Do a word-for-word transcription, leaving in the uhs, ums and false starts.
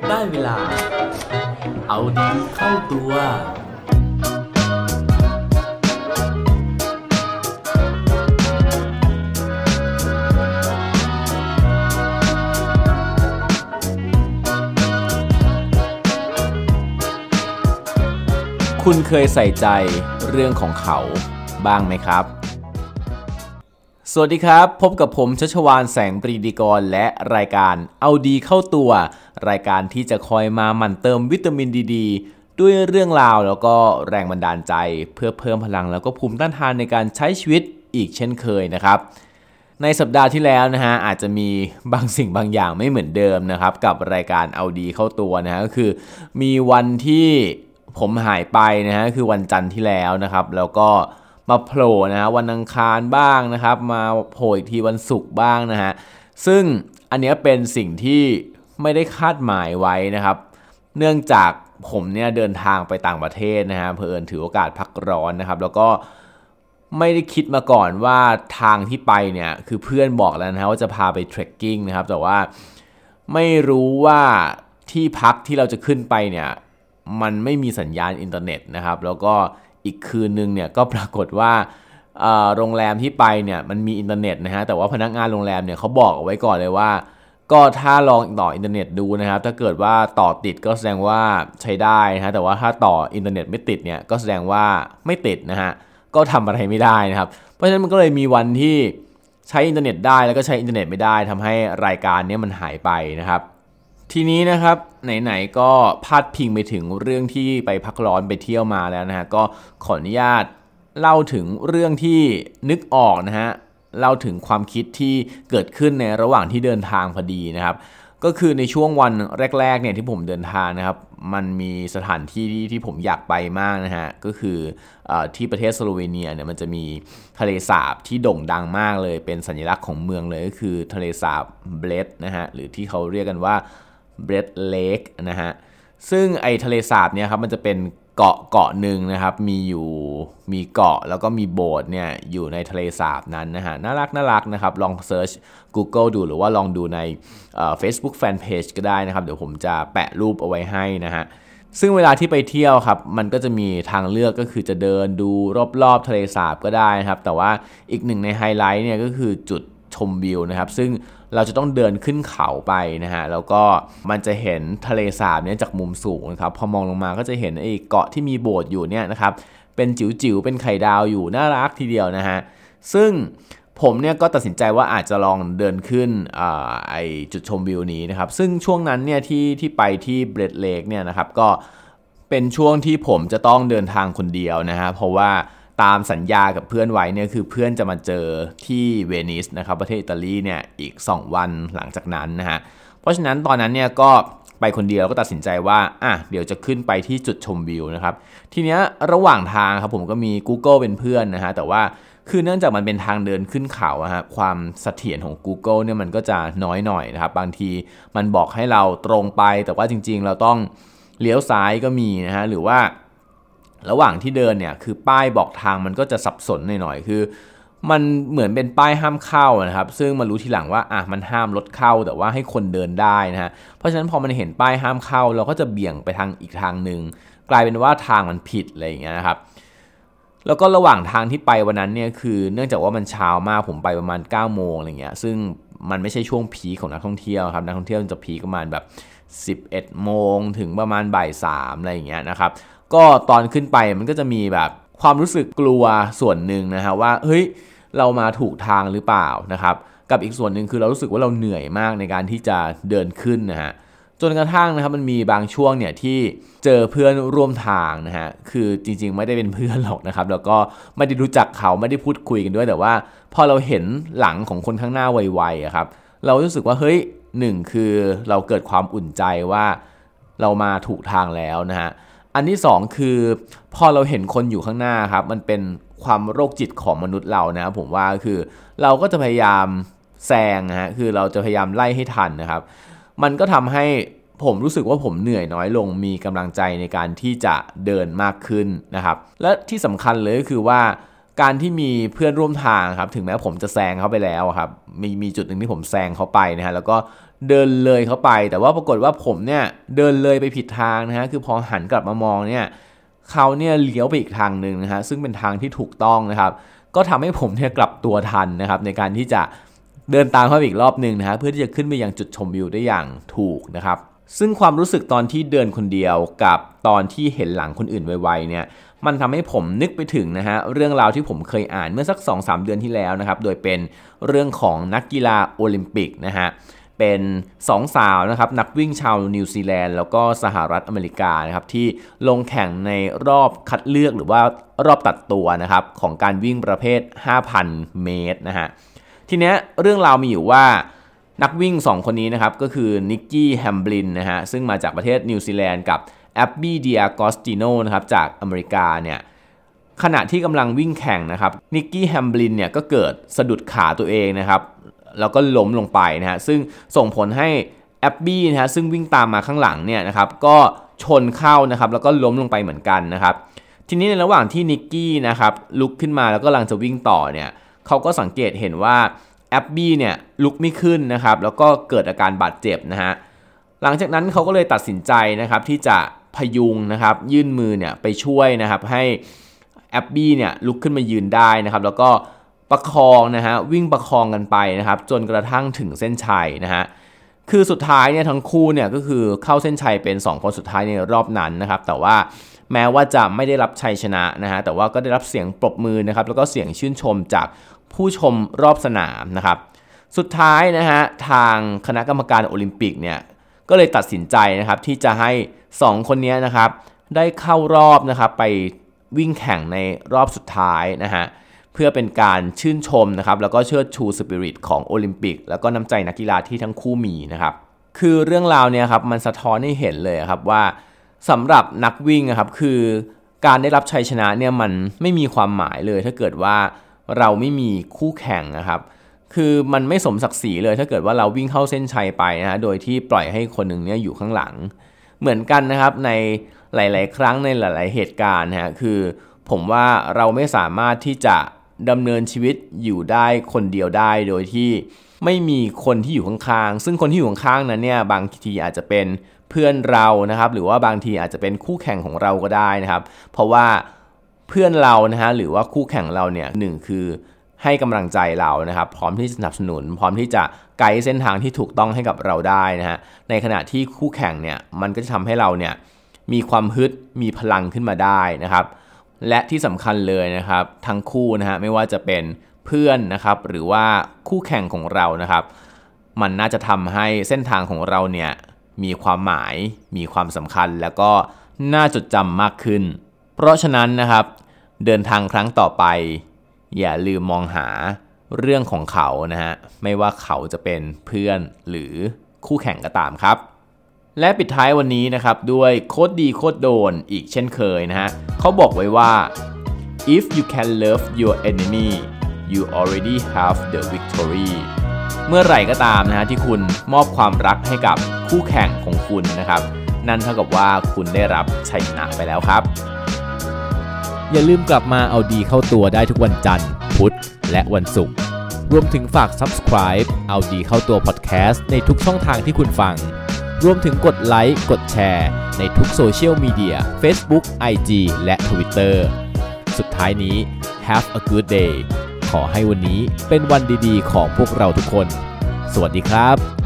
ได้เวลาเอาดีเข้าตัวคุณเคยใส่ใจเรื่องของเขาบ้างไหมครับสวัสดีครับพบกับผมชัชวาลแสงปรีดีกรและรายการเอาดีเข้าตัวรายการที่จะคอยมาหมั่นเติมวิตามินดีดีด้วยเรื่องราวแล้วก็แรงบันดาลใจเพื่อเพิ่มพลังแล้วก็ภูมิต้านทานในการใช้ชีวิตอีกเช่นเคยนะครับในสัปดาห์ที่แล้วนะฮะอาจจะมีบางสิ่งบางอย่างไม่เหมือนเดิมนะครับกับรายการเอาดีเข้าตัวนะฮะก็คือมีวันที่ผมหายไปนะฮะคือวันจันทร์ที่แล้วนะครับแล้วก็มาโผล่นะฮะวันอังคารบ้างนะครับมาโผล่อีกทีวันศุกร์บ้างนะฮะซึ่งอันนี้เป็นสิ่งที่ไม่ได้คาดหมายไว้นะครับเนื่องจากผมเนี่ยเดินทางไปต่างประเทศนะฮะเผอิญถือโอกาสพักร้อนนะครับแล้วก็ไม่ได้คิดมาก่อนว่าทางที่ไปเนี่ยคือเพื่อนบอกแล้วนะฮะว่าจะพาไปเทรคกิ้งนะครับแต่ว่าไม่รู้ว่าที่พักที่เราจะขึ้นไปเนี่ยมันไม่มีสัญญาณอินเทอร์เน็ตนะครับแล้วก็อีกคืนนึงเนี่ยก็ปรากฏว่าโรงแรมที่ไปเนี่ยมันมีอินเทอร์เน็ตนะฮะแต่ว่าพนักงานโรงแรมเนี่ยเขาบอกเอาไว้ก่อนเลยว่าก็ถ้าลองต่ออินเทอร์เน็ตดูนะครับถ้าเกิดว่าต่อติดก็แสดงว่าใช้ได้นะฮะแต่ว่าถ้าต่ออินเทอร์เน็ตไม่ติดเนี่ยก็แสดงว่าไม่ติดนะฮะก็ทำอะไรไม่ได้นะครับเพราะฉะนั้นมันก็เลยมีวันที่ใช้อินเทอร์เน็ตได้แล้วก็ใช้อินเทอร์เน็ตไม่ได้ทำให้รายการนี้มันหายไปนะครับทีนี้นะครับไหนๆก็พาดพิงไปถึงเรื่องที่ไปพักร้อนไปเที่ยวมาแล้วนะฮะก็ขออนุญาตเล่าถึงเรื่องที่นึกออกนะฮะเล่าถึงความคิดที่เกิดขึ้นในระหว่างที่เดินทางพอดีนะครับก็คือในช่วงวันแรกๆเนี่ยที่ผมเดินทางนะครับมันมีสถานที่ที่ที่ผมอยากไปมากนะฮะก็คือเอ่อที่ประเทศสโลเวเนียเนี่ยมันจะมีทะเลสาบที่โด่งดังมากเลยเป็นสัญลักษณ์ของเมืองเลยก็คือทะเลสาบเบลดนะฮะหรือที่เขาเรียกกันว่าเบลดเลคนะฮะซึ่งไอทะเลสาบเนี่ยครับมันจะเป็นเกาะเกาะหนึ่งนะครับมีอยู่มีเกาะแล้วก็มีโบสถ์เนี่ยอยู่ในทะเลสาบนั้นนะฮะน่ารักน่ารักนะครับลองเซิร์ช Google ดูหรือว่าลองดูในเอ่อ Facebook Fanpage ก็ได้นะครับเดี๋ยวผมจะแปะรูปเอาไว้ให้นะฮะซึ่งเวลาที่ไปเที่ยวครับมันก็จะมีทางเลือกก็คือจะเดินดูรอบๆทะเลสาบก็ได้นะครับแต่ว่าอีกหนึ่งในไฮไลท์เนี่ยก็คือจุดชมวิวนะครับซึ่งเราจะต้องเดินขึ้นเขาไปนะฮะแล้วก็มันจะเห็นทะเลสาบเนี่ยจากมุมสูงนะครับพอมองลงมาก็จะเห็นไอ้เกาะที่มีโบสถ์อยู่เนี่ยนะครับเป็นจิ๋วๆเป็นไข่ดาวอยู่น่ารักทีเดียวนะฮะซึ่งผมเนี่ยก็ตัดสินใจว่าอาจจะลองเดินขึ้นอ่าไอ้จุดชมวิวนี้นะครับซึ่งช่วงนั้นเนี่ยที่ที่ไปที่เบรดเลคเนี่ยนะครับก็เป็นช่วงที่ผมจะต้องเดินทางคนเดียวนะฮะเพราะว่าตามสัญญากับเพื่อนไว้เนี่ยคือเพื่อนจะมาเจอที่เวนิสนะครับประเทศอิตาลีเนี่ยอีกสองวันหลังจากนั้นนะฮะเพราะฉะนั้นตอนนั้นเนี่ยก็ไปคนเดียวก็ตัดสินใจว่าอ่ะเดี๋ยวจะขึ้นไปที่จุดชมวิวนะครับทีเนี้ยระหว่างทางครับผมก็มี Google เป็นเพื่อนนะฮะแต่ว่าคือเนื่องจากมันเป็นทางเดินขึ้นเขาอะฮะความเสถียรของ Google เนี่ยมันก็จะน้อยหน่อยนะครับบางทีมันบอกให้เราตรงไปแต่ว่าจริงๆเราต้องเลี้ยวซ้ายก็มีนะฮะหรือว่าระหว่างที่เดินเนี่ยคือป้ายบอกทางมันก็จะสับสนหน่อยๆคือมันเหมือนเป็นป้ายห้ามเข้านะครับซึ่งมารู้ทีหลังว่าอ่ะมันห้ามรถเข้าแต่ว่าให้คนเดินได้นะฮะเพราะฉะนั้นพอมันเห็นป้ายห้ามเข้าเราก็จะเบี่ยงไปทางอีกทางนึงกลายเป็นว่าทางมันผิดอะไรอย่างเงี้ยนะครับแล้วก็ระหว่างทางที่ไปวันนั้นเนี่ยคือเนื่องจากว่ามันเช้ามากผมไปประมาณเก้าโมงอะไรเงี้ยซึ่งมันไม่ใช่ช่วงพีคของนักท่องเที่ยวครับนักท่องเที่ยวจะพีคประมาณแบบสิบเอ็ดโมงถึงประมาณบ่ายสามอะไรอย่างเงี้ยนะครับก็ตอนขึ้นไปมันก็จะมีแบบความรู้สึกกลัวส่วนหนึ่งนะฮะว่าเฮ้ยเรามาถูกทางหรือเปล่านะครับกับอีกส่วนหนึ่งคือเรารู้สึกว่าเราเหนื่อยมากในการที่จะเดินขึ้นนะฮะจนกระทั่งนะครับมันมีบางช่วงเนี่ยที่เจอเพื่อนร่วมทางนะฮะคือจริงๆไม่ได้เป็นเพื่อนหรอกนะครับแล้วก็ไม่ได้รู้จักเขาไม่ได้พูดคุยกันด้วยแต่ว่าพอเราเห็นหลังของคนข้างหน้าไวๆอะครับเรารู้สึกว่าเฮ้ยหนึ่งคือเราเกิดความอุ่นใจว่าเรามาถูกทางแล้วนะฮะอันที่สองคือพอเราเห็นคนอยู่ข้างหน้าครับมันเป็นความโรคจิตของมนุษย์เรานะผมว่าคือเราก็จะพยายามแซงนะฮะคือเราจะพยายามไล่ให้ทันนะครับมันก็ทำให้ผมรู้สึกว่าผมเหนื่อยน้อยลงมีกำลังใจในการที่จะเดินมากขึ้นนะครับและที่สำคัญเลยก็คือว่าการที่มีเพื่อนร่วมทางครับถึงแม้ผมจะแซงเขาไปแล้วครับมีมีจุดหนึ่งที่ผมแซงเขาไปนะฮะแล้วก็เดินเลยเข้าไปแต่ว่าปรากฏว่าผมเนี่ยเดินเลยไปผิดทางนะฮะคือพอหันกลับมามองเนี่ยเขาเนี่ยเลี้ยวไปอีกทางนึงนะฮะซึ่งเป็นทางที่ถูกต้องนะครับก็ทำให้ผมเนี่ยกลับตัวทันนะครับในการที่จะเดินตามเขาอีกรอบนึงนะฮะเพื่อที่จะขึ้นไปยังจุดชมวิวได้อย่างถูกนะครับซึ่งความรู้สึกตอนที่เดินคนเดียวกับตอนที่เห็นหลังคนอื่นไวๆเนี่ยมันทำให้ผมนึกไปถึงนะฮะเรื่องราวที่ผมเคยอ่านเมื่อสัก สองถึงสาม เดือนที่แล้วนะครับโดยเป็นเรื่องของนักกีฬาโอลิมปิกนะฮะเป็นสองสาวนะครับนักวิ่งชาวนิวซีแลนด์แล้วก็สหรัฐอเมริกานะครับที่ลงแข่งในรอบคัดเลือกหรือว่ารอบตัดตัวนะครับของการวิ่งประเภท ห้าพัน เมตรนะฮะทีเนี้ยเรื่องราวมีอยู่ว่านักวิ่งสองคนนี้นะครับก็คือนิกกี้แฮมบลินนะฮะซึ่งมาจากประเทศนิวซีแลนด์กับแอบบี้ดิอากอสติโนนะครับจากอเมริกาเนี่ยขณะที่กำลังวิ่งแข่งนะครับนิกกี้แฮมบลินเนี่ยก็เกิดสะดุดขาตัวเองนะครับแล้วก็ล้มลงไปนะฮะซึ่งส่งผลให้แอบบี้นะฮะซึ่งวิ่งตามมาข้างหลังเนี่ยนะครับก็ชนเข้านะครับแล้วก็ล้มลงไปเหมือนกันนะครับทีนี้ในระหว่างที่นิกกี้นะครับลุกขึ้นมาแล้วก็กำลังจะวิ่งต่อเนี่ยเขาก็สังเกตเห็นว่าแอบบี้เนี่ยลุกไม่ขึ้นนะครับแล้วก็เกิดอาการบาดเจ็บนะฮะหลังจากนั้นเขาก็เลยตัดสินใจนะครับที่จะพยุงนะครับยื่นมือเนี่ยไปช่วยนะครับให้แอบบี้เนี่ยลุกขึ้นมายืนได้นะครับแล้วก็ประคองนะฮะวิ่งประคองกันไปนะครับจนกระทั่งถึงเส้นชัยนะฮะคือสุดท้ายเนี่ยทั้งคู่เนี่ยก็คือเข้าเส้นชัยเป็นสองคนสุดท้ายในรอบนั้นนะครับแต่ว่าแม้ว่าจะไม่ได้รับชัยชนะนะฮะแต่ว่าก็ได้รับเสียงปรบมือนะครับแล้วก็เสียงชื่นชมจากผู้ชมรอบสนามนะครับสุดท้ายนะฮะทางคณะกรรมการโอลิมปิกเนี่ยก็เลยตัดสินใจนะครับที่จะให้สองคนนี้นะครับได้เข้ารอบนะครับไปวิ่งแข่งในรอบสุดท้ายนะฮะเพื่อเป็นการชื่นชมนะครับแล้วก็เชิดชูสปิริตของโอลิมปิกแล้วก็น้ำใจนักกีฬาที่ทั้งคู่มีนะครับคือเรื่องราวเนี่ยครับมันสะท้อนให้เห็นเลยครับว่าสำหรับนักวิ่งนะครับคือการได้รับชัยชนะเนี่ยมันไม่มีความหมายเลยถ้าเกิดว่าเราไม่มีคู่แข่งนะครับคือมันไม่สมศักดิ์ศรีเลยถ้าเกิดว่าเราวิ่งเข้าเส้นชัยไปนะฮะโดยที่ปล่อยให้คนหนึ่งเนี่ยอยู่ข้างหลังเหมือนกันนะครับในหลายๆครั้งในหลายๆเหตุการณ์นะฮะคือผมว่าเราไม่สามารถที่จะดำเนินชีวิตอยู่ได้คนเดียวได้โดยที่ไม่มีคนที่อยู่ข้างๆซึ่งคนที่อยู่ข้างๆนั้นเนี่ยบางทีอาจจะเป็นเพื่อนเรานะครับหรือว่าบางทีอาจจะเป็นคู่แข่งของเราก็ได้นะครับเพราะว่าเพื่อนเรานะฮะหรือว่าคู่แข่งเราเนี่ยหนึ่งคือให้กำลังใจเรานะครับพร้อมที่จะสนับสนุนพร้อมที่จะไกด์เส้นทางที่ถูกต้องให้กับเราได้นะฮะในขณะที่คู่แข่งเนี่ยมันก็จะทำให้เราเนี่ยมีความฮึดมีพลังขึ้นมาได้นะครับและที่สำคัญเลยนะครับทั้งคู่นะฮะไม่ว่าจะเป็นเพื่อนนะครับหรือว่าคู่แข่งของเรานะครับมันน่าจะทำให้เส้นทางของเราเนี่ยมีความหมายมีความสำคัญแล้วก็น่าจดจำมากขึ้นเพราะฉะนั้นนะครับเดินทางครั้งต่อไปอย่าลืมมองหาเรื่องของเขานะฮะไม่ว่าเขาจะเป็นเพื่อนหรือคู่แข่งก็ตามครับและปิดท้ายวันนี้นะครับด้วยโคตรดีโคตรโดนอีกเช่นเคยนะฮะเขาบอกไว้ว่า if you can love your enemy you already have the victory เมื่อไหร่ก็ตามนะฮะที่คุณมอบความรักให้กับคู่แข่งของคุณนะครับนั่นเท่ากับว่าคุณได้รับชัยชนะไปแล้วครับอย่าลืมกลับมาเอาดีเข้าตัวได้ทุกวันจันทร์พุธและวันศุกร์รวมถึงฝาก Subscribe เอาดีเข้าตัว Podcast ในทุกช่องทางที่คุณฟังรวมถึงกดไลค์กดแชร์ในทุกโซเชียลมีเดีย Facebook ไอ จี และ Twitter สุดท้ายนี้ Have a good day ขอให้วันนี้เป็นวันดีๆของพวกเราทุกคนสวัสดีครับ